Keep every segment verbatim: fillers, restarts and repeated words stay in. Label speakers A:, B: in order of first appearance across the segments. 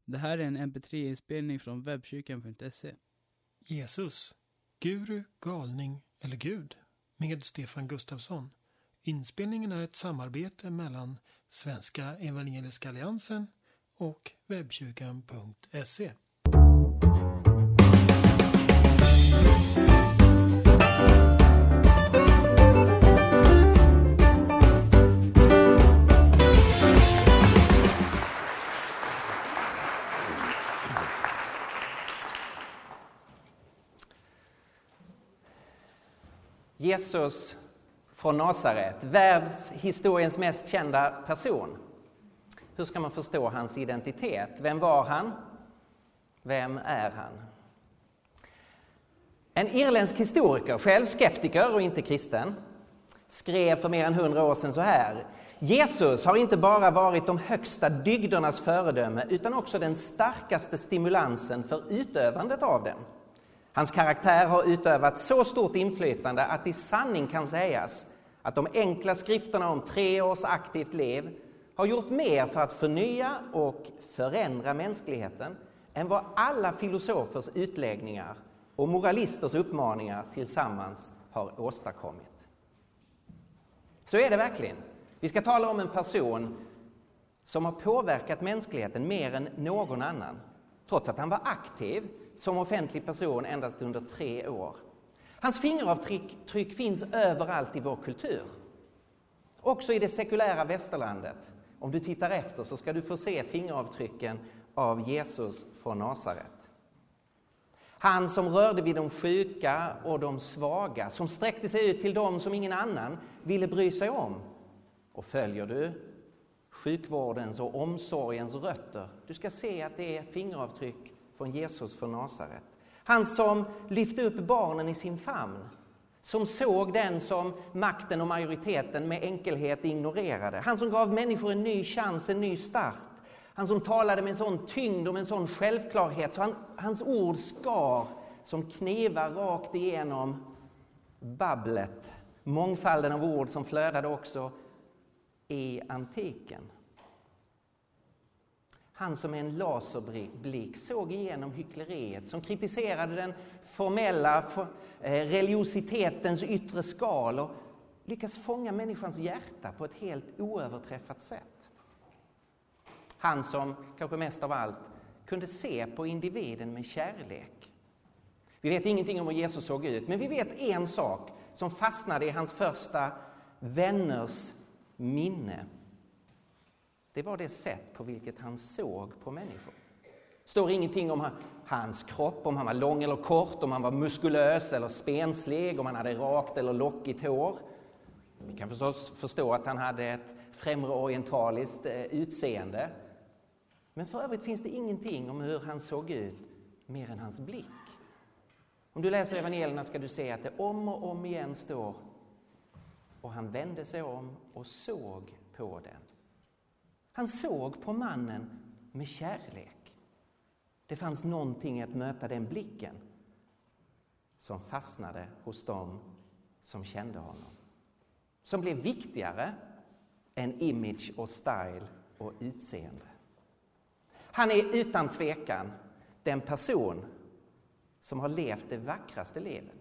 A: Det här är en M P tre-inspelning från webbkyrkan punkt se.
B: Jesus, Guru, galning eller Gud med Stefan Gustafsson. Inspelningen är ett samarbete mellan Svenska Evangeliska Alliansen och webbkyrkan punkt se.
C: Jesus från Nasaret, världshistoriens mest kända person. Hur ska man förstå hans identitet? Vem var han? Vem är han? En irländsk historiker, själv skeptiker och inte kristen, skrev för mer än hundra år sedan så här: Jesus har inte bara varit de högsta dygdernas föredöme utan också den starkaste stimulansen för utövandet av dem. Hans karaktär har utövat så stort inflytande att i sanning kan sägas att de enkla skrifterna om tre års aktivt liv har gjort mer för att förnya och förändra mänskligheten än vad alla filosofers utläggningar och moralisters uppmaningar tillsammans har åstadkommit. Så är det verkligen. Vi ska tala om en person som har påverkat mänskligheten mer än någon annan, trots att han var aktiv som offentlig person endast under tre år. Hans fingeravtryck finns överallt i vår kultur. Också i det sekulära västerlandet. Om du tittar efter så ska du få se fingeravtrycken av Jesus från Nasaret. Han som rörde vid de sjuka och de svaga, som sträckte sig ut till dem som ingen annan ville bry sig om. Och följer du sjukvårdens och omsorgens rötter, du ska se att det är fingeravtryck från Jesus från Nasaret. Han som lyfte upp barnen i sin famn, som såg den som makten och majoriteten med enkelhet ignorerade. Han som gav människor en ny chans, en ny start. Han som talade med en sån tyngd och med en sån självklarhet så han, hans ord skar som knivar rakt igenom babblet. Mångfalden av ord som flödade också i antiken. Han som med en laserblick såg igenom hyckleriet, som kritiserade den formella religiositetens yttre skal och lyckas fånga människans hjärta på ett helt oöverträffat sätt. Han som kanske mest av allt kunde se på individen med kärlek. Vi vet ingenting om hur Jesus såg ut, men vi vet en sak som fastnade i hans första vänners minne. Det var det sätt på vilket han såg på människor. Det står ingenting om hans kropp, om han var lång eller kort, om han var muskulös eller spenslig, om han hade rakt eller lockigt hår. Vi kan förstås förstå att han hade ett främre orientaliskt utseende. Men för övrigt finns det ingenting om hur han såg ut mer än hans blick. Om du läser evangelierna ska du se att det om och om igen står: och han vände sig om och såg på den. Han såg på mannen med kärlek. Det fanns någonting att möta den blicken som fastnade hos dem som kände honom. Som blev viktigare än image och style och utseende. Han är utan tvekan den person som har levt det vackraste livet.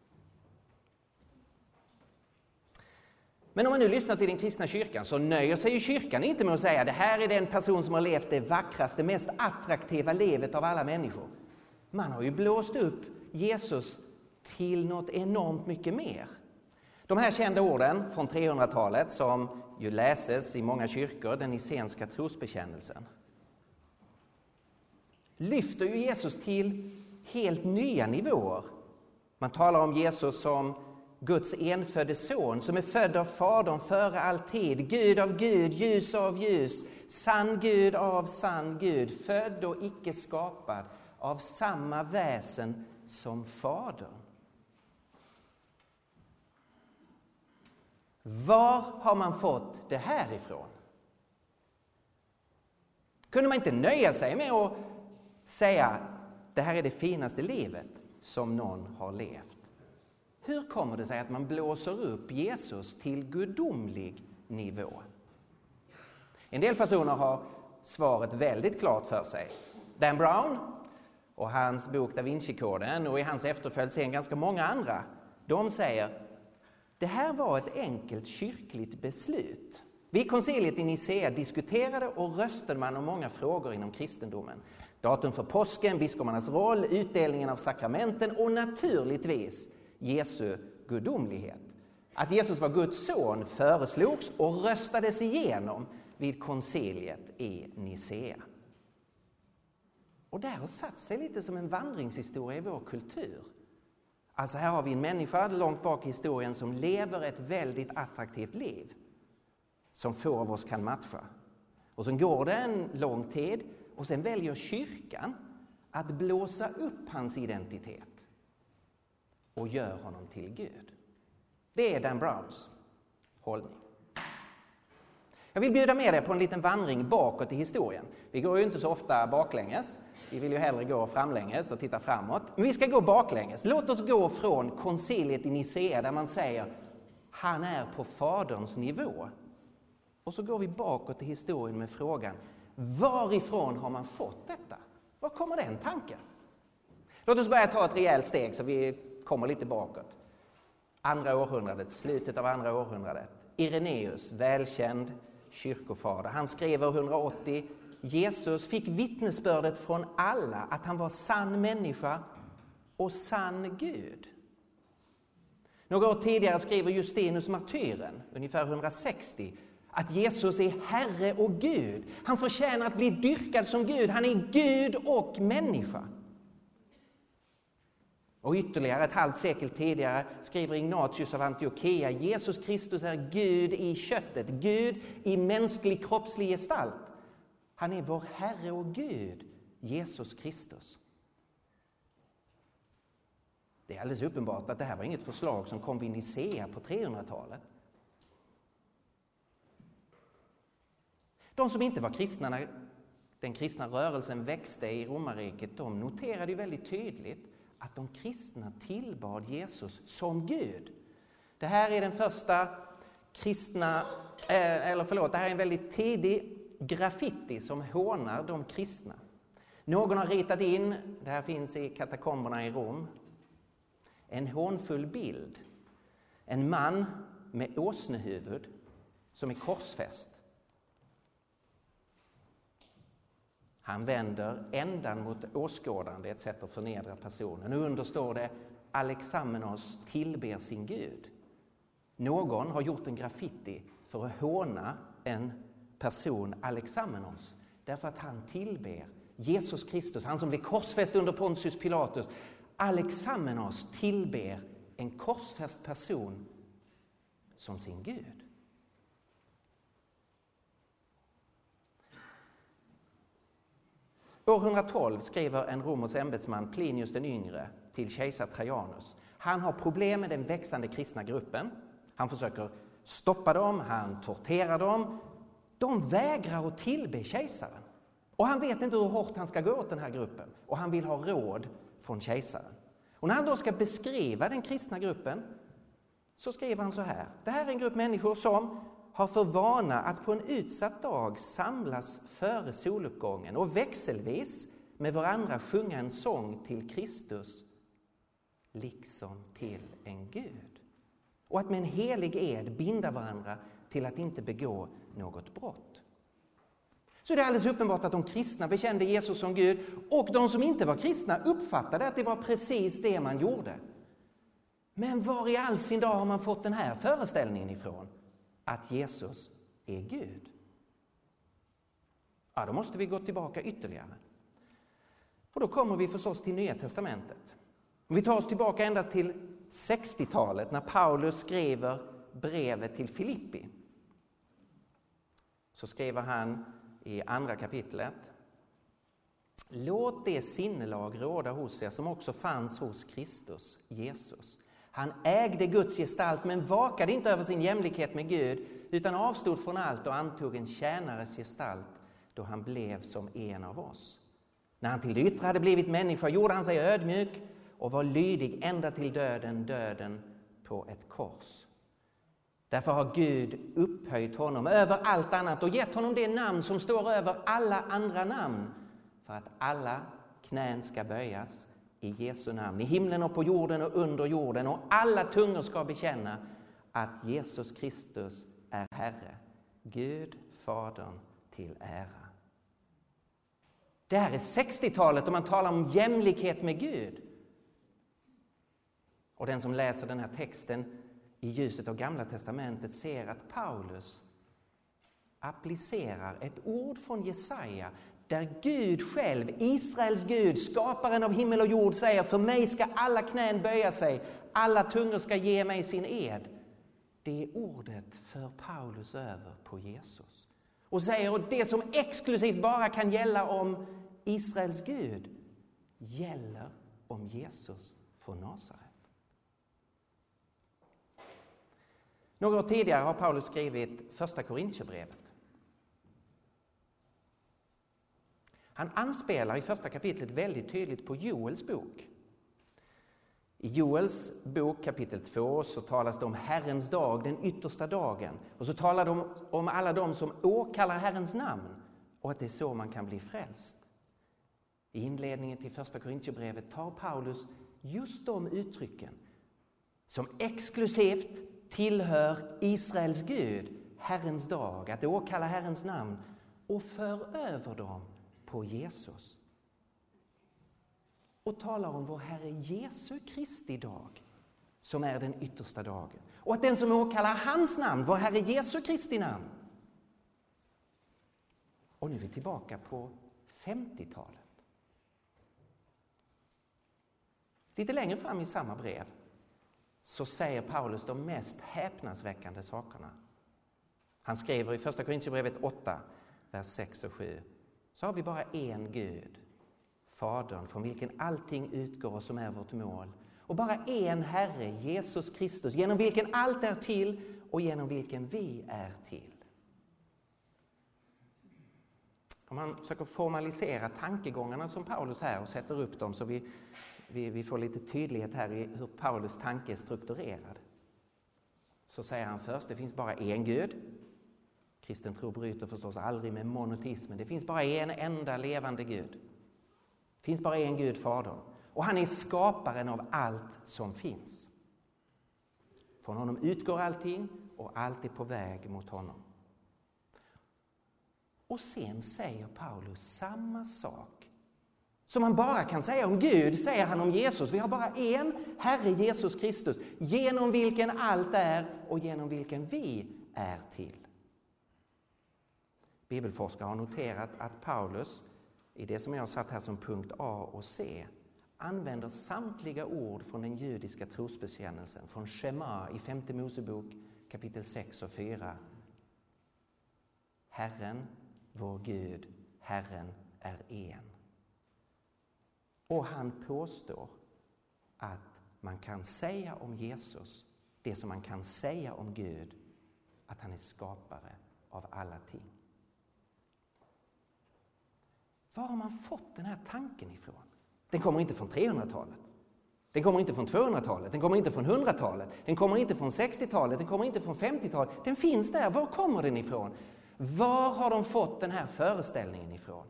C: Men om man nu lyssnar till den kristna kyrkan så nöjer sig ju kyrkan inte med att säga det här är den person som har levt det vackraste, mest attraktiva livet av alla människor. Man har ju blåst upp Jesus till något enormt mycket mer. De här kända orden från trehundratalet som ju läses i många kyrkor, den nicenska trosbekännelsen, lyfter ju Jesus till helt nya nivåer. Man talar om Jesus som Guds enfödde son som är född av Fadern före all tid, Gud av Gud, ljus av ljus, sann Gud av sann Gud, född och icke skapad av samma väsen som Fadern. Var har man fått det här ifrån? Kunde man inte nöja sig med att säga det här är det finaste livet som någon har levt? Hur kommer det sig att man blåser upp Jesus till gudomlig nivå? En del personer har svaret väldigt klart för sig. Dan Brown och hans bok Da Vinci-koden och i hans efterföljd sen ganska många andra, de säger det här var ett enkelt kyrkligt beslut. Vid konciliet i Nicea diskuterade och röstade man om många frågor inom kristendomen. Datum för påsken, biskoparnas roll, utdelningen av sakramenten och naturligtvis Jesu gudomlighet. Att Jesus var Guds son föreslogs och röstades igenom vid konciliet i Nicea. Och det har satt sig lite som en vandringshistoria i vår kultur. Alltså här har vi en människa långt bak i historien som lever ett väldigt attraktivt liv. Som få av oss kan matcha. Och sen går det en lång tid och sen väljer kyrkan att blåsa upp hans identitet. Och gör honom till Gud. Det är Dan Browns hållning. Jag vill bjuda med dig på en liten vandring bakåt i historien. Vi går ju inte så ofta baklänges. Vi vill ju hellre gå framlänges och titta framåt. Men vi ska gå baklänges. Låt oss gå från konciliet i Nicea där man säger han är på faderns nivå. Och så går vi bakåt i historien med frågan varifrån har man fått detta? Var kommer den tanken? Låt oss börja ta ett rejält steg så vi kommer lite bakåt. Andra århundradet, slutet av andra århundradet. Irenaeus, välkänd kyrkofader. Han skrev år hundraåttio. Jesus fick vittnesbördet från alla att han var sann människa och sann Gud. Några år tidigare skriver Justinus martyren, ungefär hundrasextio, att Jesus är Herre och Gud. Han förtjänar att bli dyrkad som Gud. Han är Gud och människa. Och ytterligare ett halvt sekel tidigare skriver Ignatius av Antiochia Jesus Kristus är Gud i köttet, Gud i mänsklig kroppslig gestalt. Han är vår Herre och Gud, Jesus Kristus. Det är alldeles uppenbart att det här var inget förslag som kom vid Nicea på trehundratalet. De som inte var kristna när den kristna rörelsen växte i romarriket, de noterade ju väldigt tydligt att de kristna tillbad Jesus som Gud. Det här är den första kristna, eller förlåt, det här är en väldigt tidig graffiti som hånar de kristna. Någon har ritat in, det här finns i katakomberna i Rom, en hånfull bild. En man med åsnehuvud som är korsfäst. Han vänder ändan mot åskådaren, det är ett sätt att förnedra personen. Och under står det Alexamenos tillber sin Gud. Någon har gjort en graffiti för att håna en person, Alexamenos, därför att han tillber Jesus Kristus, han som blev korsfäst under Pontius Pilatus. Alexamenos tillber en korsfäst person som sin Gud. År hundratolv skriver en romersk ämbetsman, Plinius den yngre, till kejsar Trajanus. Han har problem med den växande kristna gruppen. Han försöker stoppa dem, han torterar dem. De vägrar att tillbe kejsaren. Och han vet inte hur hårt han ska gå åt den här gruppen. Och han vill ha råd från kejsaren. Och när han då ska beskriva den kristna gruppen så skriver han så här. Det här är en grupp människor som har för vana att på en utsatt dag samlas före soluppgången och växelvis med varandra sjunga en sång till Kristus liksom till en Gud. Och att med en helig ed binda varandra till att inte begå något brott. Så det är alldeles uppenbart att de kristna bekände Jesus som Gud och de som inte var kristna uppfattade att det var precis det man gjorde. Men var i all sin dag har man fått den här föreställningen ifrån? Att Jesus är Gud. Ja, då måste vi gå tillbaka ytterligare. Och då kommer vi förstås till Nya testamentet. Vi tar oss tillbaka ända till sextiotalet när Paulus skriver brevet till Filippi. Så skriver han i andra kapitlet. Låt det sinnelag råda hos er som också fanns hos Kristus, Jesus. Han ägde Guds gestalt men vakade inte över sin jämlikhet med Gud utan avstod från allt och antog en tjänares gestalt då han blev som en av oss. När han till det yttre hade blivit människa gjorde han sig ödmjuk och var lydig ända till döden, döden på ett kors. Därför har Gud upphöjt honom över allt annat och gett honom det namn som står över alla andra namn. för att alla knän ska böjas i Jesu namn, i himlen och på jorden och under jorden, och alla tungor ska bekänna att Jesus Kristus är Herre, Gud Fadern till ära. Det här är sextiotalet och man talar om jämlikhet med Gud. Och den som läser den här texten i ljuset av Gamla testamentet ser att Paulus applicerar ett ord från Jesaja där Gud själv, Israels Gud, skaparen av himmel och jord, säger: för mig ska alla knän böja sig, alla tungor ska ge mig sin ed. Det ordet för Paulus över på Jesus och säger att det som exklusivt bara kan gälla om Israels Gud gäller om Jesus från Nasaret. Några år tidigare har Paulus skrivit första Korintierbrevet. Han anspelar i första kapitlet väldigt tydligt på Joels bok. I Joels bok kapitel två så talas det om Herrens dag, den yttersta dagen. Och så talar de om alla de som åkallar Herrens namn och att det är så man kan bli frälst. I inledningen till första Korintierbrevet tar Paulus just de uttrycken som exklusivt tillhör Israels Gud, Herrens dag, att åkalla Herrens namn, och för över dem på Jesus. Och talar om vår Herre Jesu Kristi dag, som är den yttersta dagen. Och att den som åkallar hans namn, vår Herre Jesu Kristi namn. Och nu är vi tillbaka på femtiotalet. Lite längre fram i samma brev så säger Paulus de mest häpnadsväckande sakerna. Han skriver i första Korintierbrevet åtta, vers sex och sju. Så har vi bara en Gud, Fadern, från vilken allting utgår och som är vårt mål. Och bara en Herre, Jesus Kristus, genom vilken allt är till och genom vilken vi är till. Om man försöker formalisera tankegångarna som Paulus här och sätter upp dem så vi, vi, vi får lite tydlighet här i hur Paulus tanke är strukturerad. Så säger han först, det finns bara en Gud. Kristen tro bryter förstås aldrig med monoteismen. Det finns bara en enda levande Gud. Det finns bara en Gud, Fadern. Och han är skaparen av allt som finns. Från honom utgår allting och allt är på väg mot honom. Och sen säger Paulus samma sak som man bara kan säga om Gud, säger han om Jesus. Vi har bara en Herre, Jesus Kristus, genom vilken allt är och genom vilken vi är till. Bibelforskare har noterat att Paulus, i det som jag har satt här som punkt A och C, använder samtliga ord från den judiska trosbekännelsen, från Shema i femte Mosebok kapitel sex och fyra. Herren, vår Gud, Herren är en. Och han påstår att man kan säga om Jesus det som man kan säga om Gud, att han är skapare av alla ting. Var har man fått den här tanken ifrån? Den kommer inte från trehundratalet. Den kommer inte från tvåhundratalet. Den kommer inte från hundratalet. Den kommer inte från sextiotalet. Den kommer inte från femtiotalet. Den finns där. Var kommer den ifrån? Var har de fått den här föreställningen ifrån?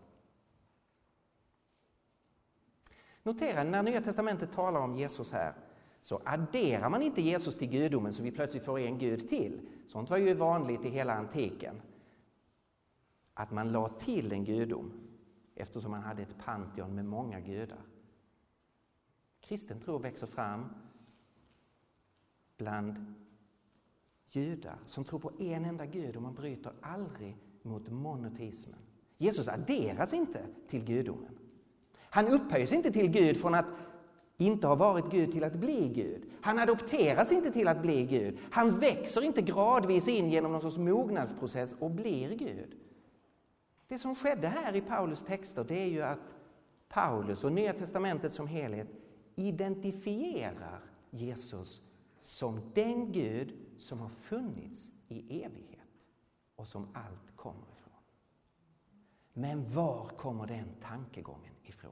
C: Notera, när Nya testamentet talar om Jesus här så adderar man inte Jesus till gudomen så vi plötsligt får en gud till. Sånt var ju vanligt i hela antiken. Att man la till en gudom eftersom man hade ett pantheon med många gudar. Kristen tro växer fram bland judar som tror på en enda gud och man bryter aldrig mot monoteismen. Jesus adderas inte till gudomen. Han upphöjs inte till Gud från att inte ha varit Gud till att bli Gud. Han adopteras inte till att bli Gud. Han växer inte gradvis in genom någon sorts mognadsprocess och blir Gud. Det som skedde här i Paulus texter, det är ju att Paulus och Nya testamentet som helhet identifierar Jesus som den Gud som har funnits i evighet och som allt kommer ifrån. Men var kommer den tankegången ifrån?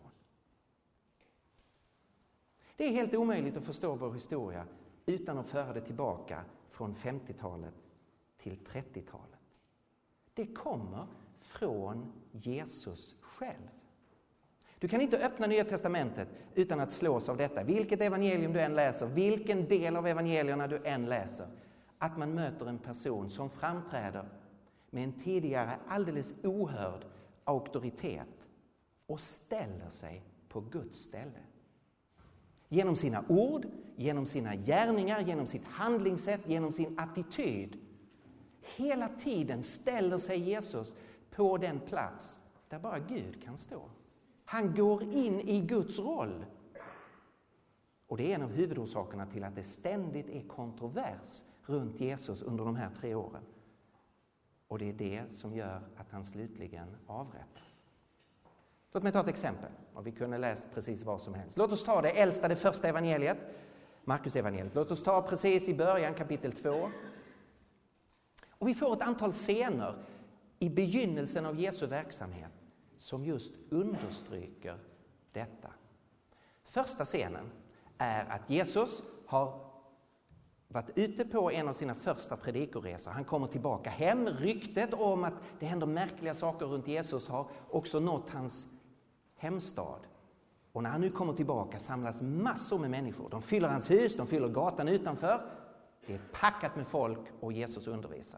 C: Det är helt omöjligt att förstå vår historia utan att föra det tillbaka från femtiotalet till trettiotalet. Det kommer från Jesus själv. Du kan inte öppna Nya testamentet utan att slås av detta. Vilket evangelium du än läser, vilken del av evangelierna du än läser. Att man möter en person som framträder med en tidigare alldeles ohörd auktoritet och ställer sig på Guds ställe. Genom sina ord, genom sina gärningar, genom sitt handlingssätt, genom sin attityd. Hela tiden ställer sig Jesus på den plats där bara Gud kan stå. Han går in i Guds roll. Och det är en av huvudorsakerna till att det ständigt är kontrovers runt Jesus under de här tre åren. Och det är det som gör att han slutligen avrättas. Låt mig ta ett exempel. Och vi kunde läst precis vad som helst. Låt oss ta det äldsta, det första evangeliet. Markus evangeliet. Låt oss ta precis i början kapitel två. Och vi får ett antal scener i begynnelsen av Jesu verksamhet som just understryker detta. Första scenen är att Jesus har varit ute på en av sina första predikoresor. Han kommer tillbaka hem. Ryktet om att det händer märkliga saker runt Jesus har också nått hans hemstad. Och när han nu kommer tillbaka samlas massor med människor. De fyller hans hus, de fyller gatan utanför. Det är packat med folk och Jesus undervisar.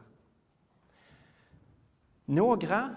C: Några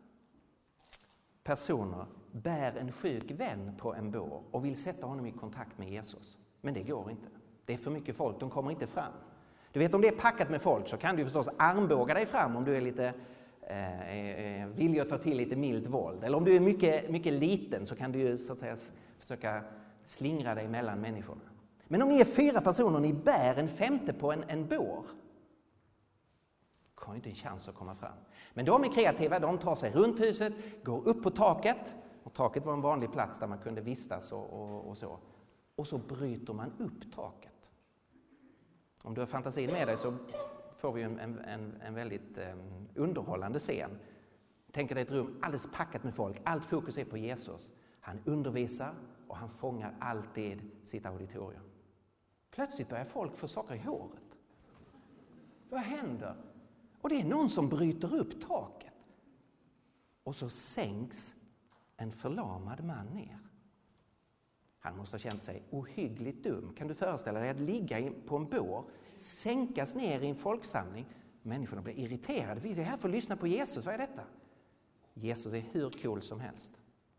C: personer bär en sjuk vän på en bår och vill sätta honom i kontakt med Jesus. Men det går inte. Det är för mycket folk, de kommer inte fram. Du vet, om det är packat med folk så kan du förstås armbåga dig fram om du är lite eh, villig att ta till lite milt våld. Eller om du är mycket, mycket liten så kan du ju så att säga försöka slingra dig mellan människorna. Men om ni är fyra personer och ni bär en femte på en, en bår, har inte en chans att komma fram. Men de är kreativa, de tar sig runt huset, går upp på taket. Och taket var en vanlig plats där man kunde vistas och, och, och så. Och så bryter man upp taket. Om du har fantasin med dig så får vi en, en, en väldigt um, underhållande scen. Tänk dig ett rum alldeles packat med folk. Allt fokus är på Jesus. Han undervisar och han fångar alltid sitt auditorium. Plötsligt börjar folk få saker i håret. Vad händer? Och det är någon som bryter upp taket. Och så sänks en förlamad man ner. Han måste ha känt sig ohyggligt dum. Kan du föreställa dig att ligga på en bår, sänkas ner i en folksamling? Människorna blir irriterade. Vi är här för att lyssna på Jesus. Vad är detta? Jesus är hur cool som helst.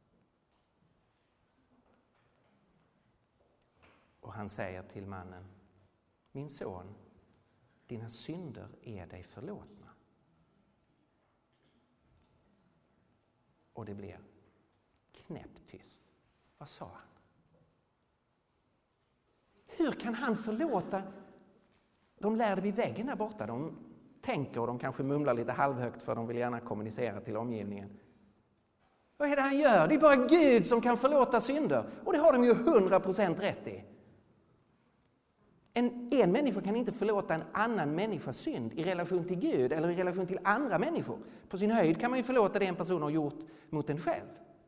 C: Och han säger till mannen: min son, dina synder är dig förlåtna. Och det blir knäpptyst. Vad sa han? Hur kan han förlåta? De lärde vid väggen där borta. De tänker och de kanske mumlar lite halvhögt för de vill gärna kommunicera till omgivningen. Vad är det han gör? Det är bara Gud som kan förlåta synder. Och det har de ju hundra procent rätt i. En, en människa kan inte förlåta en annan människas synd i relation till Gud eller i relation till andra människor. På sin höjd kan man ju förlåta det en person har gjort mot en själv.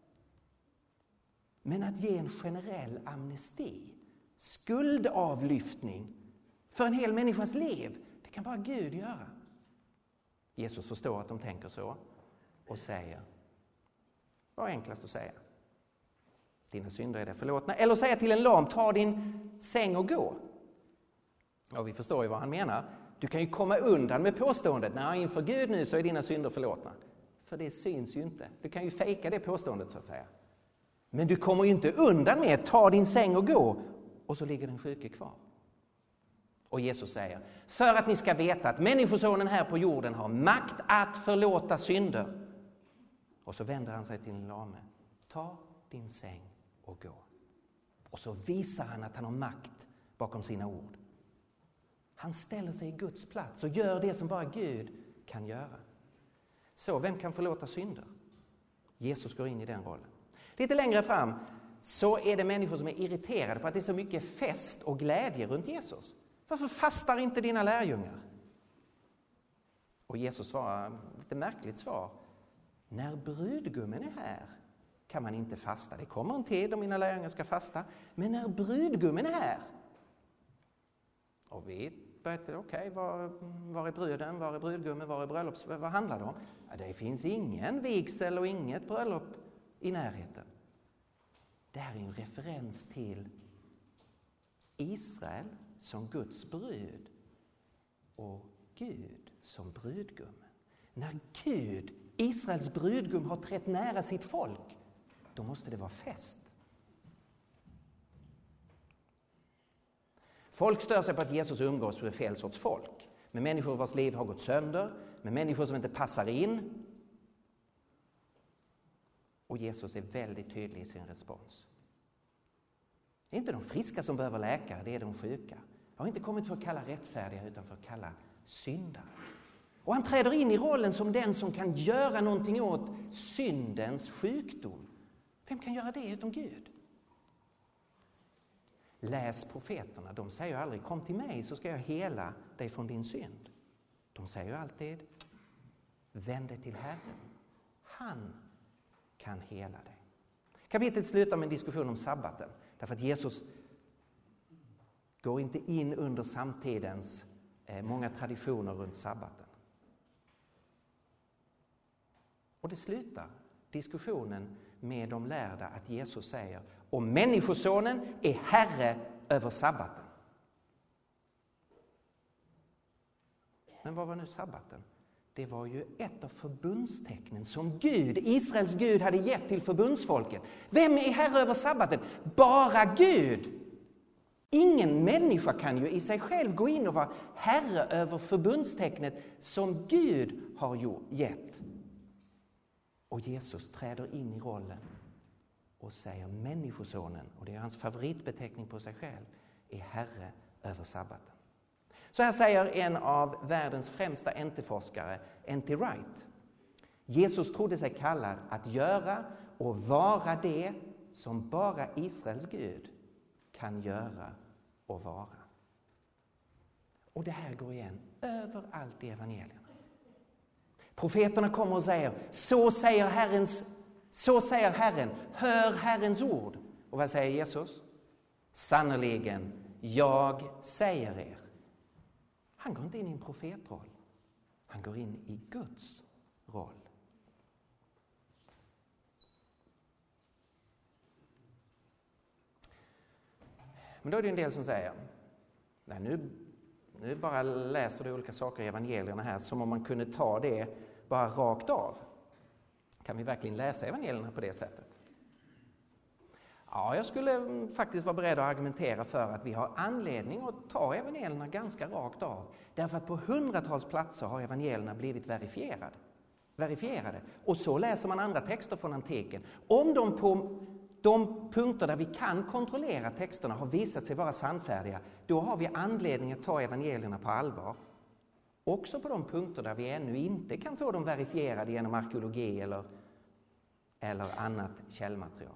C: Men att ge en generell amnesti, skuldavlyftning för en hel människas liv, det kan bara Gud göra. Jesus förstår att de tänker så och säger, vad är enklast att säga? Dina synder är dig förlåtna. Eller säga till en lam, ta din säng och gå. Ja, vi förstår ju vad han menar. Du kan ju komma undan med påståendet, nej, inför Gud nu så är dina synder förlåtna. För det syns ju inte. Du kan ju fejka det påståendet så att säga. Men du kommer ju inte undan med, ta din säng och gå. Och så ligger den sjuke kvar. Och Jesus säger, för att ni ska veta att människosonen här på jorden har makt att förlåta synder. Och så vänder han sig till en lame. Ta din säng och gå. Och så visar han att han har makt bakom sina ord. Han ställer sig i Guds plats och gör det som bara Gud kan göra. Så vem kan förlåta synder? Jesus går in i den rollen. Lite längre fram så är det människor som är irriterade på att det är så mycket fest och glädje runt Jesus. Varför fastar inte dina lärjungar? Och Jesus svarar, lite märkligt svar. När brudgummen är här kan man inte fasta. Det kommer en tid om mina lärjungar ska fasta. Men när brudgummen är här. Och vi började, okej, okay, var, var är bruden, var är brudgummen, var är bröllops, vad handlar det om? Ja, det finns ingen vigsel och inget bröllop i närheten. Det här är en referens till Israel som Guds brud och Gud som brudgummen. När Gud, Israels brudgum, har trätt nära sitt folk, då måste det vara fest. Folk stör sig på att Jesus umgås med fel sorts folk. Med människor vars liv har gått sönder, med människor som inte passar in. Och Jesus är väldigt tydlig i sin respons. Det är inte de friska som behöver läkare, det är de sjuka. Jag har inte kommit för att kalla rättfärdiga utan för att kalla syndare. Och han träder in i rollen som den som kan göra någonting åt syndens sjukdom. Vem kan göra det utom Gud? Läs profeterna, de säger ju aldrig kom till mig så ska jag hela dig från din synd. De säger ju alltid vänd dig till Herren. Han kan hela dig. Kapitlet slutar med en diskussion om sabbaten. Därför att Jesus går inte in under samtidens eh, många traditioner runt sabbaten. Och det slutar diskussionen med de lärda att Jesus säger och människosonen är herre över sabbaten. Men vad var nu sabbaten? Det var ju ett av förbundstecknen som Gud, Israels Gud, hade gett till förbundsfolket. Vem är herre över sabbaten? Bara Gud. Ingen människa kan ju i sig själv gå in och vara herre över förbundstecknet som Gud har gett. Och Jesus träder in i rollen och säger människosonen, och det är hans favoritbeteckning på sig själv, är herre över sabbaten. Så här säger en av världens främsta N T-forskare, N T Wright. Jesus trodde sig kallad att göra och vara det som bara Israels Gud kan göra och vara. Och det här går igen överallt i evangelierna. Profeterna kommer och säger, så säger, Herrens, så säger Herren, hör Herrens ord. Och vad säger Jesus? Sannoliken, jag säger er. Han går inte in i en profetroll. Han går in i Guds roll. Men då är det en del som säger, nej nu, nu bara läser du olika saker i evangelierna här som om man kunde ta det bara rakt av. Kan vi verkligen läsa evangelierna på det sättet? Ja, jag skulle faktiskt vara beredd att argumentera för att vi har anledning att ta evangelierna ganska rakt av. Därför att på hundratals platser har evangelierna blivit verifierade. verifierade. Och så läser man andra texter från antiken. Om de på de punkter där vi kan kontrollera texterna har visat sig vara sannfärdiga, då har vi anledning att ta evangelierna på allvar. Också på de punkter där vi ännu inte kan få dem verifierade genom arkeologi eller, eller annat källmaterial.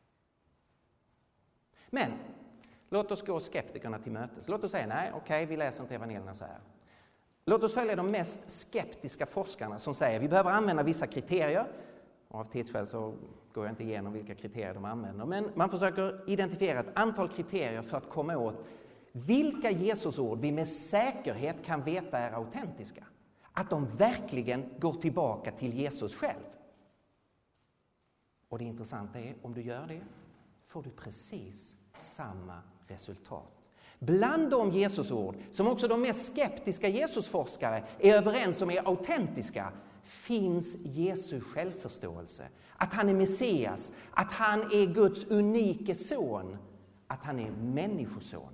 C: Men låt oss gå skeptikerna till mötes. Låt oss säga nej, okej, okay, vi läser inte evangelierna så här. Låt oss följa de mest skeptiska forskarna som säger vi behöver använda vissa kriterier. Och av tidsskäl så går jag inte igenom vilka kriterier de använder. Men man försöker identifiera ett antal kriterier för att komma åt vilka Jesusord vi med säkerhet kan veta är autentiska. Att de verkligen går tillbaka till Jesus själv. Och det intressanta är, om du gör det får du precis samma resultat. Bland de Jesusord som också de mest skeptiska Jesusforskare är överens om är autentiska finns Jesu självförståelse. Att han är Messias, att han är Guds unike son, att han är människosonen.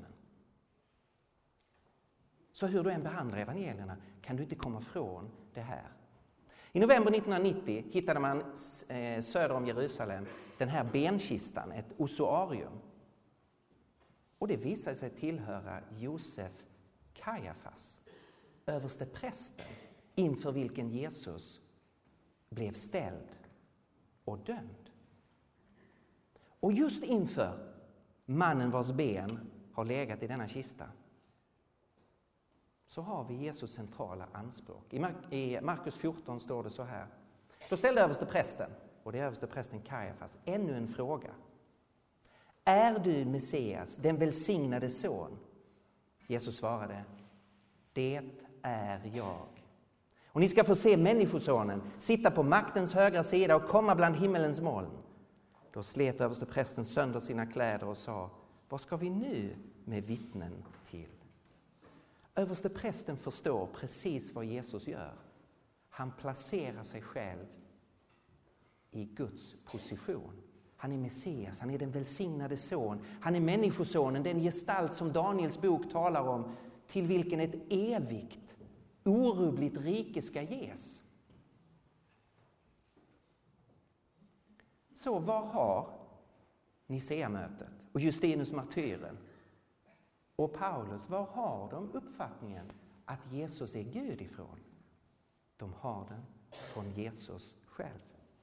C: Så hur du än behandlar evangelierna kan du inte komma från det här. I november nittonhundranittio hittade man eh, söder om Jerusalem den här benkistan, ett ossuarium. Och det visade sig tillhöra Josef Kajafas, överste prästen, inför vilken Jesus blev ställd och dömd. Och just inför mannen vars ben har legat i denna kista så har vi Jesus centrala anspråk. I, Mark- i Markus fjorton står det så här. Då ställde överste prästen, och det är överste prästen Kajafas, ännu en fråga. Är du Messias, den välsignade son? Jesus svarade, det är jag. Och ni ska få se människosonen sitta på maktens högra sida och komma bland himmelens moln. Då slet översteprästen sönder sina kläder och sa: vad ska vi nu med vittnen till? Översteprästen förstår precis vad Jesus gör. Han placerar sig själv i Guds position. Han är Messias, han är den välsignade son. Han är människosonen, den gestalt som Daniels bok talar om, till vilken ett evigt, orubbligt rike ska ges. Så vad har Nicea-mötet och Justinus martyren och Paulus, var har de uppfattningen att Jesus är Gud ifrån? De har den från Jesus själv.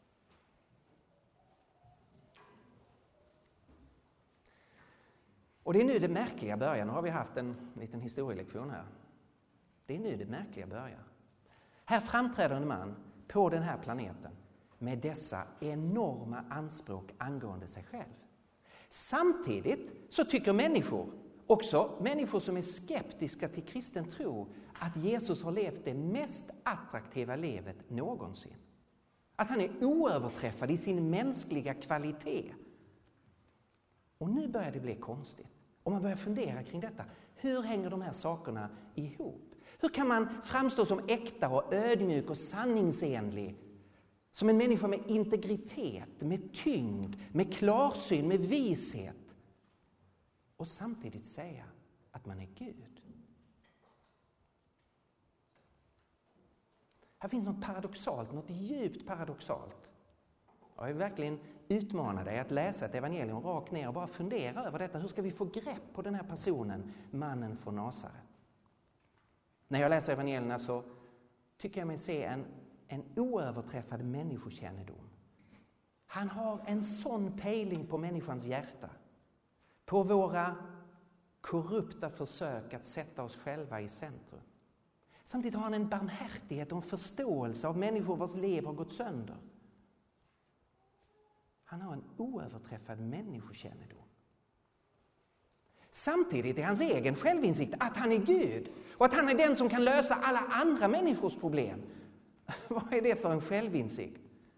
C: Och det är nu det märkliga börjar. Nu har vi haft en liten historielektion här. Det är nu det märkliga börjar. Här framträder en man på den här planeten med dessa enorma anspråk angående sig själv. Samtidigt så tycker människor, också människor som är skeptiska till kristen tro, att Jesus har levt det mest attraktiva livet någonsin. Att han är oöverträffad i sin mänskliga kvalitet. Och nu börjar det bli konstigt. Om man börjar fundera kring detta. Hur hänger de här sakerna ihop? Hur kan man framstå som äkta och ödmjuk och sanningsenlig? Som en människa med integritet, med tyngd, med klarsyn, med vishet. Och samtidigt säga att man är Gud. Här finns något paradoxalt, något djupt paradoxalt. Jag vill verkligen utmana dig att läsa ett evangelium rakt ner och bara fundera över detta. Hur ska vi få grepp på den här personen, mannen från Nasaret? När jag läser evangelierna så tycker jag mig se en, en oöverträffad människokännedom. Han har en sån pejling på människans hjärta. På våra korrupta försök att sätta oss själva i centrum. Samtidigt har han en barmhärtighet och en förståelse av människor vars liv har gått sönder. Han har en oöverträffad människokännedom. Samtidigt är hans egen självinsikt att han är Gud och att han är den som kan lösa alla andra människors problem. Vad är det för en självinsikt?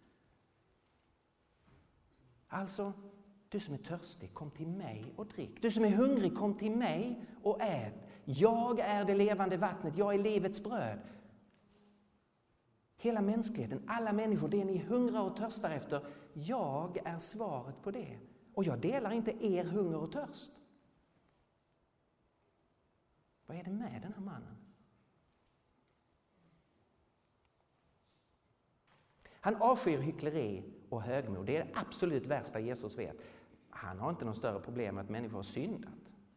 C: Alltså, du som är törstig, kom till mig och drick. Du som är hungrig, kom till mig och ät. Jag är det levande vattnet, jag är livets bröd. Hela mänskligheten, alla människor, det ni hungrar och törstar efter, jag är svaret på det. Och jag delar inte er hunger och törst. Vad är det med den här mannen? Han avskyr hyckleri och högmod. Det är det absolut värsta Jesus vet. Han har inte någon större problem med att människor har syndat.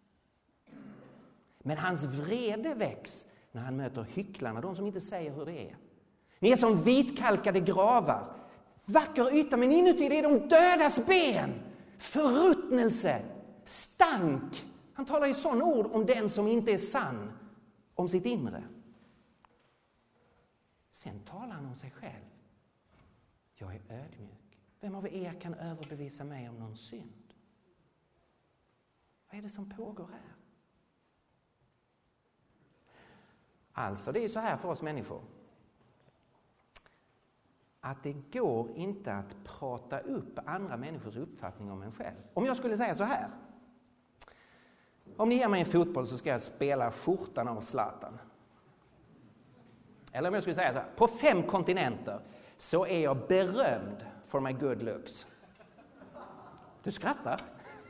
C: Men hans vrede väcks när han möter hycklarna, de som inte säger hur det är. Ni är som vitkalkade gravar. Vacker yta, men inuti det är de dödas ben. Förruttnelse, stank. Han talar i sån ord om den som inte är sann, om sitt inre. Sen talar han om sig själv. Jag är ödmjuk. Vem av er kan överbevisa mig om någon synd? Vad är det som pågår här? Alltså, det är ju så här för oss människor. Att det går inte att prata upp andra människors uppfattning om en själv. Om jag skulle säga så här. Om ni ger mig en fotboll så ska jag spela skjortan av Zlatan. Eller om jag skulle säga så här. På fem kontinenter så är jag berömd for my good looks. Du skrattar.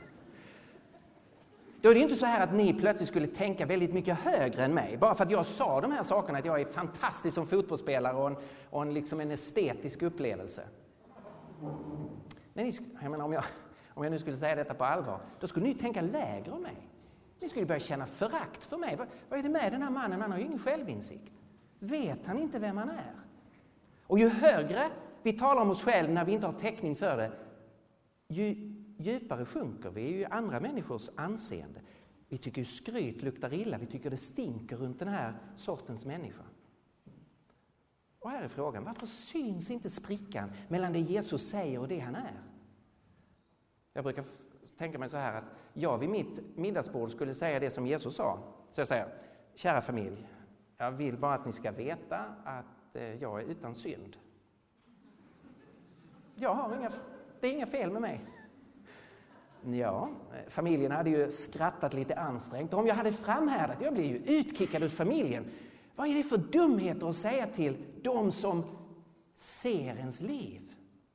C: Då är det inte så här att ni plötsligt skulle tänka väldigt mycket högre än mig. Bara för att jag sa de här sakerna, att jag är fantastisk som fotbollsspelare och en, och en, liksom en estetisk upplevelse. Men ni, jag menar, om, jag, om jag nu skulle säga detta på allvar, då skulle ni tänka lägre om mig. Ni skulle börja känna förakt för mig. Vad, vad är det med den här mannen? Han har ju ingen självinsikt. Vet han inte vem han är? Och ju högre vi talar om oss själv när vi inte har täckning för det, ju djupare sjunker vi i andra människors anseende. Vi tycker ju skryt luktar illa. Vi tycker det stinker runt den här sortens människa. Och här är frågan, varför syns inte sprickan mellan det Jesus säger och det han är? Jag brukar f- tänka mig så här att jag vid mitt middagsbord skulle säga det som Jesus sa. Så jag säger, kära familj, jag vill bara att ni ska veta att eh, jag är utan synd. Jag har inga, det är inga fel med mig. Ja, familjen hade ju skrattat lite ansträngt. Om jag hade framhärdat, jag blev ju utkickad ur familjen. Vad är det för dumheter att säga till de som ser ens liv?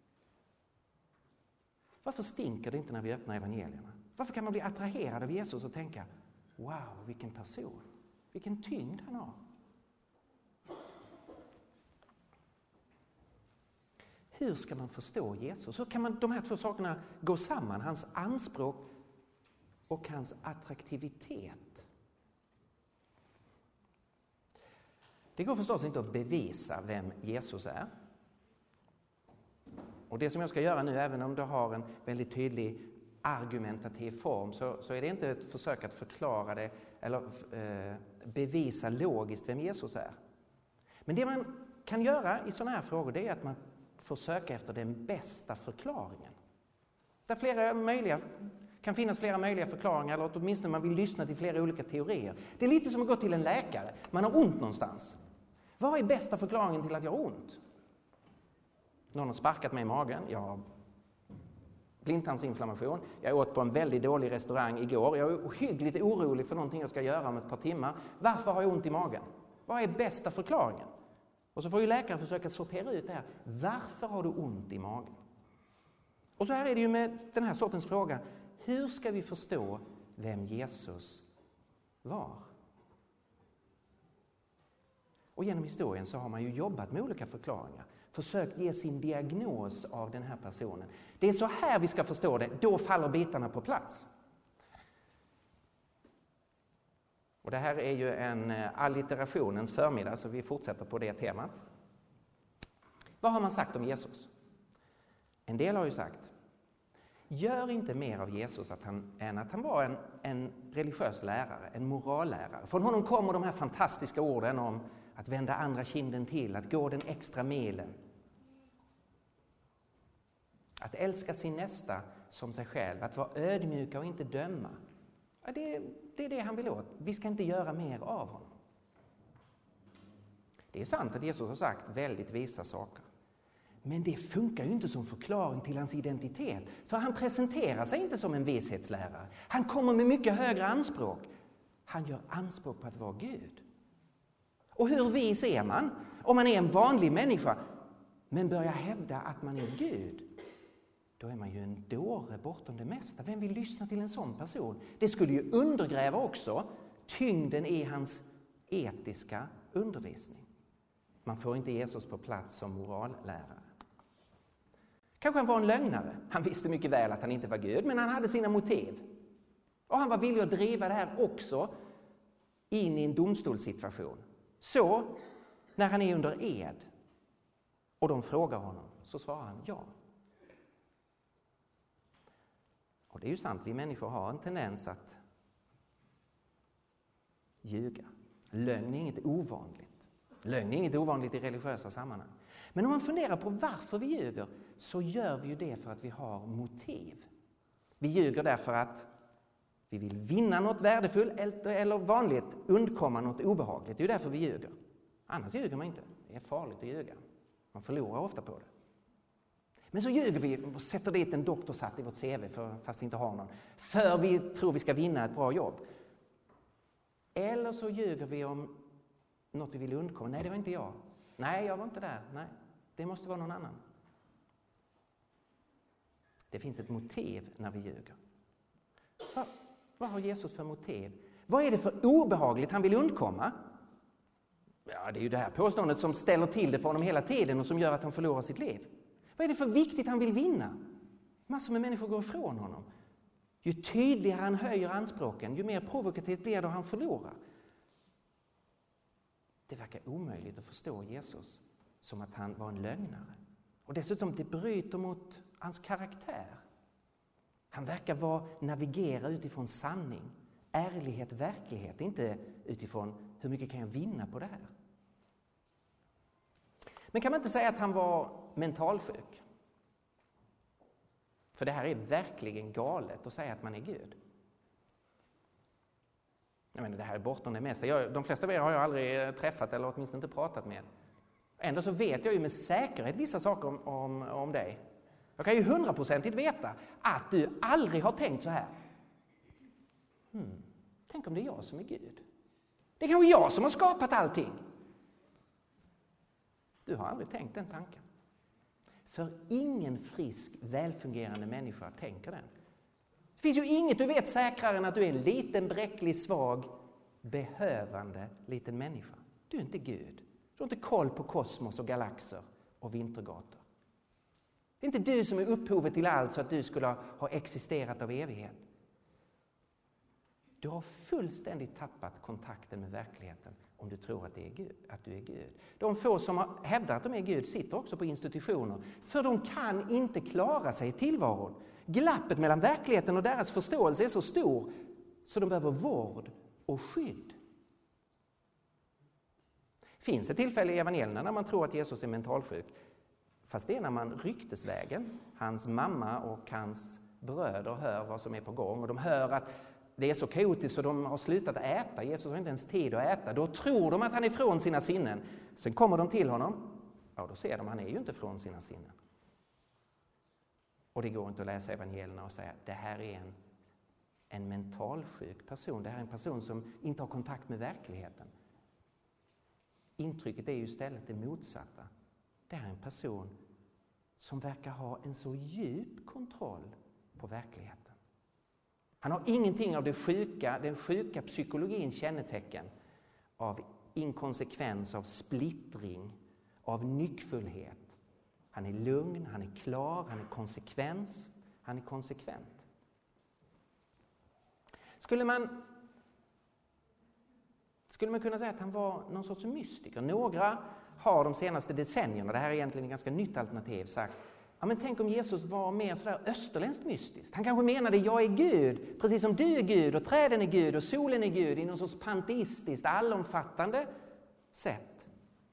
C: Varför stinker det inte när vi öppnar evangelierna? Varför kan man bli attraherad av Jesus och tänka, wow, vilken person, vilken tyngd han har. Hur ska man förstå Jesus? Hur kan man, de här två sakerna gå samman? Hans anspråk och hans attraktivitet. Det går förstås inte att bevisa vem Jesus är. Och det som jag ska göra nu, även om det har en väldigt tydlig argumentativ form, så, så är det inte ett försök att förklara det eller eh, bevisa logiskt vem Jesus är. Men det man kan göra i sådana här frågor, det är att man får söka efter den bästa förklaringen. Där flera möjliga, kan finnas flera möjliga förklaringar, eller åtminstone man vill lyssna till flera olika teorier. Det är lite som att gå till en läkare. Man har ont någonstans. Vad är bästa förklaringen till att jag har ont? Någon har sparkat mig i magen. Jag har blindtarmsinflammation. Jag åt på en väldigt dålig restaurang igår. Jag är ohyggligt orolig för någonting jag ska göra om ett par timmar. Varför har jag ont i magen? Vad är bästa förklaringen? Och så får ju läkaren försöka sortera ut det här. Varför har du ont i magen? Och så här är det ju med den här sortens fråga. Hur ska vi förstå vem Jesus var? Och genom historien så har man ju jobbat med olika förklaringar. Försökt ge sin diagnos av den här personen. Det är så här vi ska förstå det. Då faller bitarna på plats. Och det här är ju en allitterationens förmiddag, så vi fortsätter på det temat. Vad har man sagt om Jesus? En del har ju sagt, gör inte mer av Jesus att han, än att han var en, en religiös lärare, en morallärare. Från honom kommer de här fantastiska orden om att vända andra kinden till, att gå den extra milen. Att älska sin nästa som sig själv, att vara ödmjuka och inte döma. Ja, det, det är det han vill åt. Vi ska inte göra mer av honom. Det är sant att Jesus har sagt väldigt visa saker. Men det funkar ju inte som förklaring till hans identitet. För han presenterar sig inte som en vishetslärare. Han kommer med mycket högre anspråk. Han gör anspråk på att vara Gud. Och hur vis är man? Om man är en vanlig människa men börjar hävda att man är Gud, då är man ju en dåre bortom det mesta. Vem vill lyssna till en sån person? Det skulle ju undergräva också tyngden i hans etiska undervisning. Man får inte Jesus på plats som morallärare. Kanske han var en lögnare. Han visste mycket väl att han inte var Gud, men han hade sina motiv. Och han var villig att driva det här också in i en domstolssituation. Så, när han är under ed och de frågar honom, så svarar han ja. Och det är ju sant, vi människor har en tendens att ljuga. Lögn är inget ovanligt. Lögn är inget ovanligt i religiösa sammanhang. Men om man funderar på varför vi ljuger, så gör vi ju det för att vi har motiv. Vi ljuger därför att vi vill vinna något värdefullt eller vanligt undkomma något obehagligt. Det är därför vi ljuger. Annars ljuger man inte. Det är farligt att ljuga. Man förlorar ofta på det. Men så ljuger vi och sätter dit en doktorshatt i vårt C V för, fast vi inte har någon. För vi tror vi ska vinna ett bra jobb. Eller så ljuger vi om något vi vill undkomma. Nej, det var inte jag. Nej, jag var inte där. Nej, det måste vara någon annan. Det finns ett motiv när vi ljuger. Vad, vad har Jesus för motiv? Vad är det för obehagligt han vill undkomma? Ja, det är ju det här påståendet som ställer till det för honom hela tiden och som gör att han förlorar sitt liv. Vad är det för viktigt han vill vinna? Massor med människor går ifrån honom. Ju tydligare han höjer anspråken, ju mer provokativt blir det han förlorar. Det verkar omöjligt att förstå Jesus som att han var en lögnare. Och dessutom, det bryter mot hans karaktär. Han verkar vara, navigera utifrån sanning, ärlighet, verklighet. Inte utifrån hur mycket kan jag vinna på det här. Men kan man inte säga att han var mentalsjuk? För det här är verkligen galet att säga att man är Gud. Jag menar, det här är bortom det mesta. Jag, de flesta av er har jag aldrig träffat eller åtminstone inte pratat med. Ändå så vet jag ju med säkerhet vissa saker om, om, om dig. Jag kan ju hundraprocentigt veta att du aldrig har tänkt så här. Hmm, tänk om det är jag som är Gud. Det är kanske jag som har skapat allting. Du har aldrig tänkt den tanken. För ingen frisk, välfungerande människa tänker den. Det finns ju inget du vet säkrare än att du är en liten, bräcklig, svag, behövande liten människa. Du är inte Gud. Du har inte koll på kosmos och galaxer och vintergator. Det är inte du som är upphovet till allt så att du skulle ha existerat av evighet. Du har fullständigt tappat kontakten med verkligheten om du tror att, det är Gud, att du är Gud. De få som har hävdat att de är Gud sitter också på institutioner. För de kan inte klara sig i tillvaron. Glappet mellan verkligheten och deras förståelse är så stor så de behöver vård och skydd. Finns det tillfälle i evangelierna när man tror att Jesus är mentalsjuk? Fast det är när man ryktesvägen, hans mamma och hans bröder hör vad som är på gång. Och de hör att det är så kaotiskt så de har slutat äta. Jesus har inte ens tid att äta. Då tror de att han är från sina sinnen. Sen kommer de till honom. Ja, då ser de att han är ju inte från sina sinnen. Och det går inte att läsa evangelierna och säga att det här är en, en mentalsjuk person. Det här är en person som inte har kontakt med verkligheten. Intrycket är ju istället det motsatta. Det här är en person som verkar ha en så djup kontroll på verkligheten. Han har ingenting av det sjuka, den sjuka psykologins kännetecken av inkonsekvens, av splittring, av nyckfullhet. Han är lugn, han är klar, han är konsekvens, han är konsekvent. Skulle man, skulle man kunna säga att han var någon sorts mystiker? Några har de senaste decennierna, det här är egentligen ett ganska nytt alternativ, sagt ja, men tänk om Jesus var mer sådär österländskt mystiskt. Han kanske menade jag är Gud, precis som du är Gud och träden är Gud och solen är Gud i någon sorts panteistiskt, allomfattande sätt.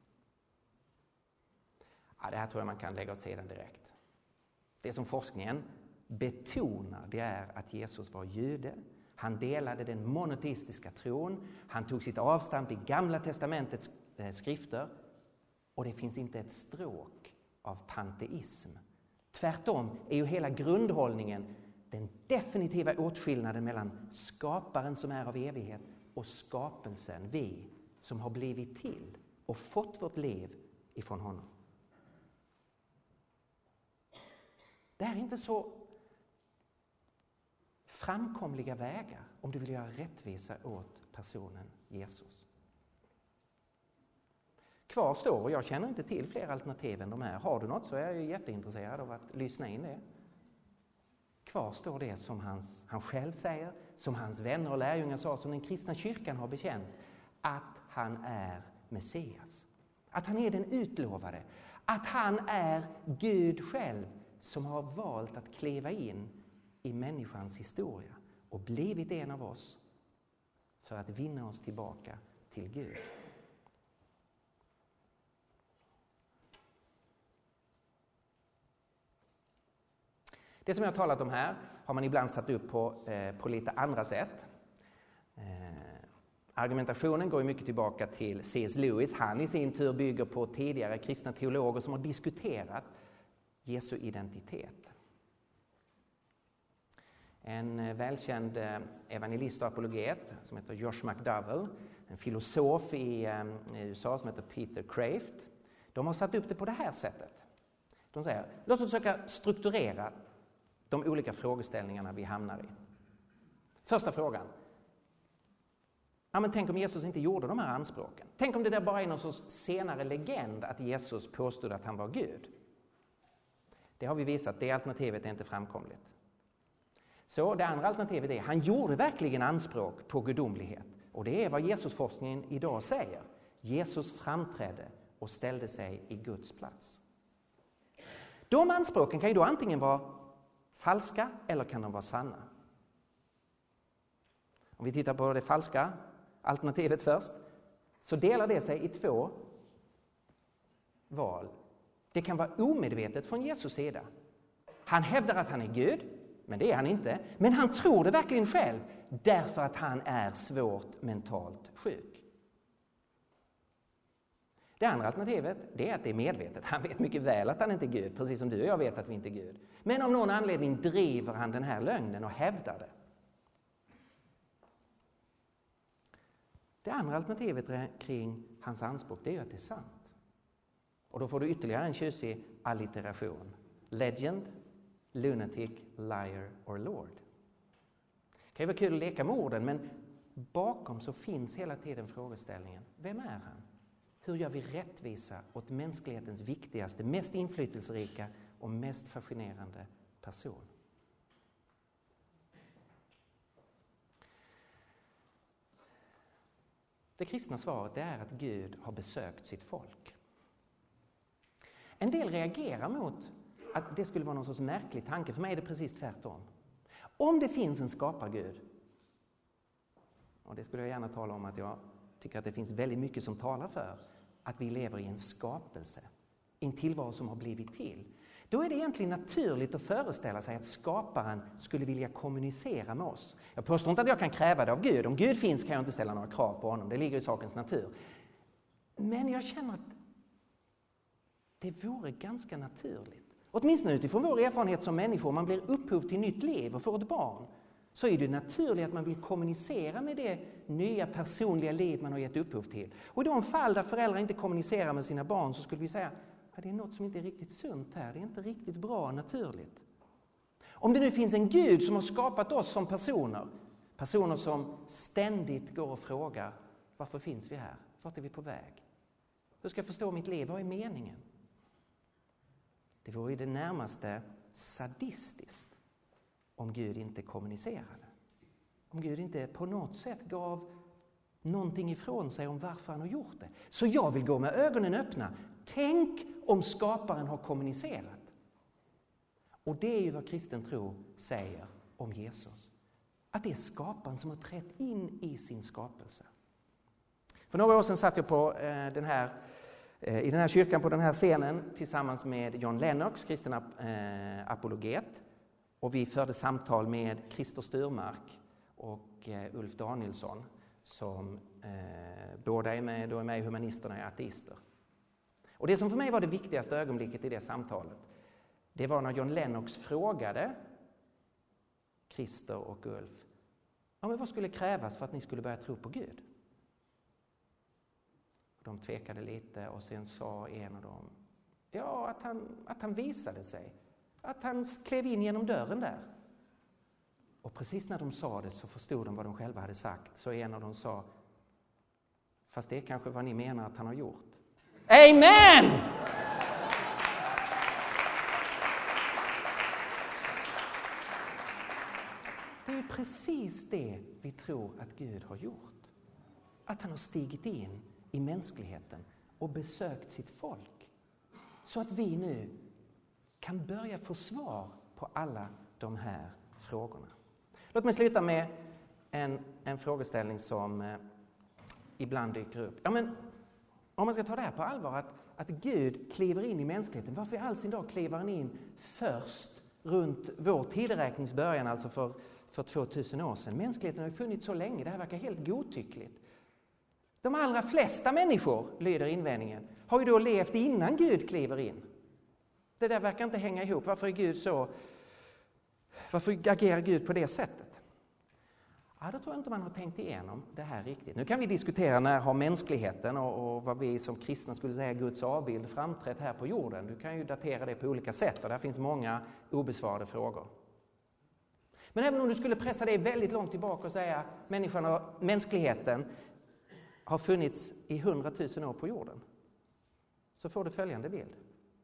C: Ja, det här tror jag man kan lägga åt sidan direkt. Det som forskningen betonar det är att Jesus var jude. Han delade den monoteistiska tron. Han tog sitt avstamp i Gamla testamentets skrifter. Och det finns inte ett stråk av panteism. Tvärtom är ju hela grundhållningen den definitiva åtskillnaden mellan skaparen som är av evighet och skapelsen, vi som har blivit till och fått vårt liv ifrån honom. Det här är inte så framkomliga vägar om du vill göra rättvisa åt personen Jesus. Kvar står, och jag känner inte till fler alternativ än de här. Har du något så är jag jätteintresserad av att lyssna in det. Kvar står det som hans, han själv säger, som hans vänner och lärjungar sa, som den kristna kyrkan har bekänt, att han är Messias. Att han är den utlovade. Att han är Gud själv som har valt att kliva in i människans historia och blivit en av oss för att vinna oss tillbaka till Gud. Det som jag har talat om här har man ibland satt upp på, eh, på lite andra sätt. Eh, argumentationen går ju mycket tillbaka till C S Lewis. Han i sin tur bygger på tidigare kristna teologer som har diskuterat Jesu identitet. En välkänd evangelist och apologet som heter Josh McDowell, en filosof i eh, U S A som heter Peter Kraft, de har satt upp det på det här sättet. De säger, låt oss försöka strukturera de olika frågeställningarna vi hamnar i. Första frågan. Ja, men tänk om Jesus inte gjorde de här anspråken. Tänk om det där bara är någon sorts senare legend att Jesus påstod att han var Gud. Det har vi visat, det alternativet är inte framkomligt. Så det andra alternativet är, han gjorde verkligen anspråk på gudomlighet. Och det är vad Jesusforskningen idag säger. Jesus framträdde och ställde sig i Guds plats. De anspråken kan ju då antingen vara falska eller kan de vara sanna. Om vi tittar på det falska alternativet först, så delar det sig i två val. Det kan vara omedvetet från Jesus sida. Han hävdar att han är Gud, men det är han inte. Men han tror det verkligen själv, därför att han är svårt mentalt sjuk. Det andra alternativet, det är att det är medvetet. Han vet mycket väl att han inte är Gud, precis som du och jag vet att vi inte är Gud. Men av någon anledning driver han den här lögnen och hävdar det. Det andra alternativet kring hans anspråk, det är ju att det är sant. Och då får du ytterligare en tjusig allitteration. Legend, lunatic, liar or lord. Det kan ju vara kul att leka med orden, men bakom så finns hela tiden frågeställningen. Vem är han? Hur gör vi rättvisa åt mänsklighetens viktigaste, mest inflytelserika och mest fascinerande person? Det kristna svaret är att Gud har besökt sitt folk. En del reagerar mot att det skulle vara någon sorts märklig tanke. För mig är det precis tvärtom. Om det finns en skapargud, och det skulle jag gärna tala om att jag tycker att det finns väldigt mycket som talar för att vi lever i en skapelse, en tillvaro som har blivit till. Då är det egentligen naturligt att föreställa sig att skaparen skulle vilja kommunicera med oss. Jag påstår inte att jag kan kräva det av Gud. Om Gud finns kan jag inte ställa några krav på honom. Det ligger i sakens natur. Men jag känner att det vore ganska naturligt. Åtminstone utifrån vår erfarenhet som människor, man blir upphov till nytt liv och får ett barn. Så är det naturligt att man vill kommunicera med det nya personliga liv man har gett upphov till. Och i de fall där föräldrar inte kommunicerar med sina barn så skulle vi säga att det är något som inte är riktigt sunt här. Det är inte riktigt bra naturligt. Om det nu finns en Gud som har skapat oss som personer, personer som ständigt går och frågar varför finns vi här? Vart är vi på väg? Hur ska jag förstå mitt liv? Vad är meningen? Det vore i det närmaste sadistiskt om Gud inte kommunicerade. Om Gud inte på något sätt gav någonting ifrån sig om varför han har gjort det. Så jag vill gå med ögonen öppna. Tänk om skaparen har kommunicerat. Och det är ju vad kristen tro säger om Jesus. Att det är skaparen som har trätt in i sin skapelse. För några år sedan satt jag på eh, den här i den här kyrkan på den här scenen tillsammans med John Lennox, kristen eh, apologet. Och vi förde samtal med Christer Sturmark och eh, Ulf Danielsson som eh, båda är med, då är med i Humanisterna är ateister. Och det som för mig var det viktigaste ögonblicket i det samtalet, det var när John Lennox frågade Christer och Ulf, ja, men vad skulle krävas för att ni skulle börja tro på Gud? De tvekade lite och sen sa en av dem, ja, att han, att han visade sig. Att han klev in genom dörren där. Och precis när de sa det så förstod de vad de själva hade sagt. Så en av dem sa, fast det är kanske vad ni menar att han har gjort. Amen! Det är precis det vi tror att Gud har gjort. Att han har stigit in i mänskligheten och besökt sitt folk. Så att vi nu kan börja få svar på alla de här frågorna. Låt mig sluta med en, en frågeställning som eh, ibland dyker upp. Ja, men, om man ska ta det här på allvar, att, att Gud kliver in i mänskligheten. Varför i all sin dag kliver han in först runt vår tideräknings början, alltså för, för tvåtusen år sedan? Mänskligheten har ju funnits så länge, det här verkar helt godtyckligt. De allra flesta människor, lyder invändningen, har ju då levt innan Gud kliver in. Det där verkar inte hänga ihop. Varför är Gud så? Varför agerar Gud på det sättet? Ja, då tror jag inte man har tänkt igenom det här riktigt. Nu kan vi diskutera när har mänskligheten och, och vad vi som kristna skulle säga Guds avbild framträtt här på jorden. Du kan ju datera det på olika sätt och där finns många obesvarade frågor. Men även om du skulle pressa det väldigt långt tillbaka och säga människan och mänskligheten har funnits i hundratusen år på jorden, så får du följande bild.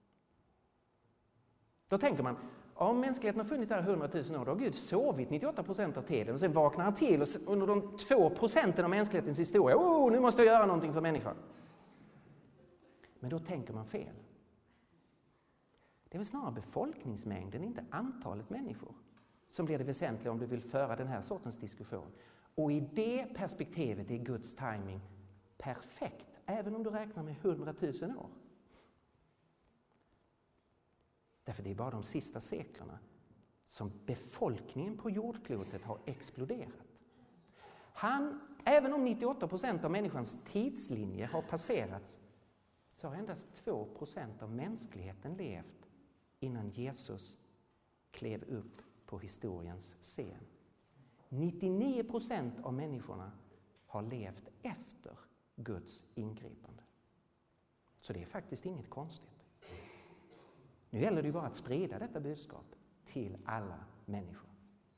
C: Då tänker man, om mänskligheten har funnits här hundratusen år, då har Gud sovit nittioåtta procent av tiden och sen vaknar han till och under de två procenten av mänsklighetens historia, oh, nu måste jag göra någonting för människan. Men då tänker man fel. Det är väl snarare befolkningsmängden, inte antalet människor, som blir det väsentliga om du vill föra den här sortens diskussion. Och i det perspektivet är Guds timing perfekt, även om du räknar med hundratusen år. Därför det är bara de sista seklerna som befolkningen på jordklotet har exploderat. Han, även om nittioåtta procent av människans tidslinje har passerats, så har endast två procent av mänskligheten levt innan Jesus klev upp på historiens scen. nittionio procent av människorna har levt efter Guds ingripande. Så det är faktiskt inget konstigt. Nu gäller det ju bara att sprida detta budskap till alla människor.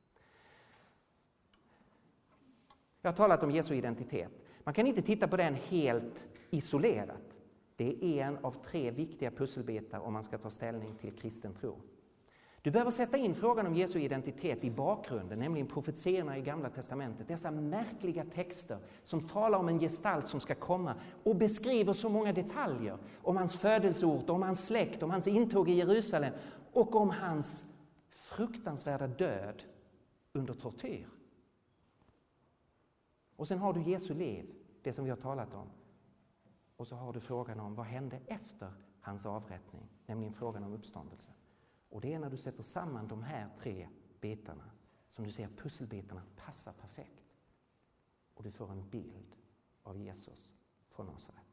C: Jag har talat om Jesu identitet. Man kan inte titta på den helt isolerat. Det är en av tre viktiga pusselbitar om man ska ta ställning till kristen tro. Du behöver sätta in frågan om Jesu identitet i bakgrunden, nämligen profetierna i Gamla testamentet. Dessa märkliga texter som talar om en gestalt som ska komma och beskriver så många detaljer om hans födelseort, om hans släkt, om hans intåg i Jerusalem och om hans fruktansvärda död under tortyr. Och sen har du Jesu liv, det som vi har talat om. Och så har du frågan om vad hände efter hans avrättning, nämligen frågan om uppståndelse. Och det är när du sätter samman de här tre bitarna som du ser pusselbitarna passar perfekt. Och du får en bild av Jesus från Nasaret.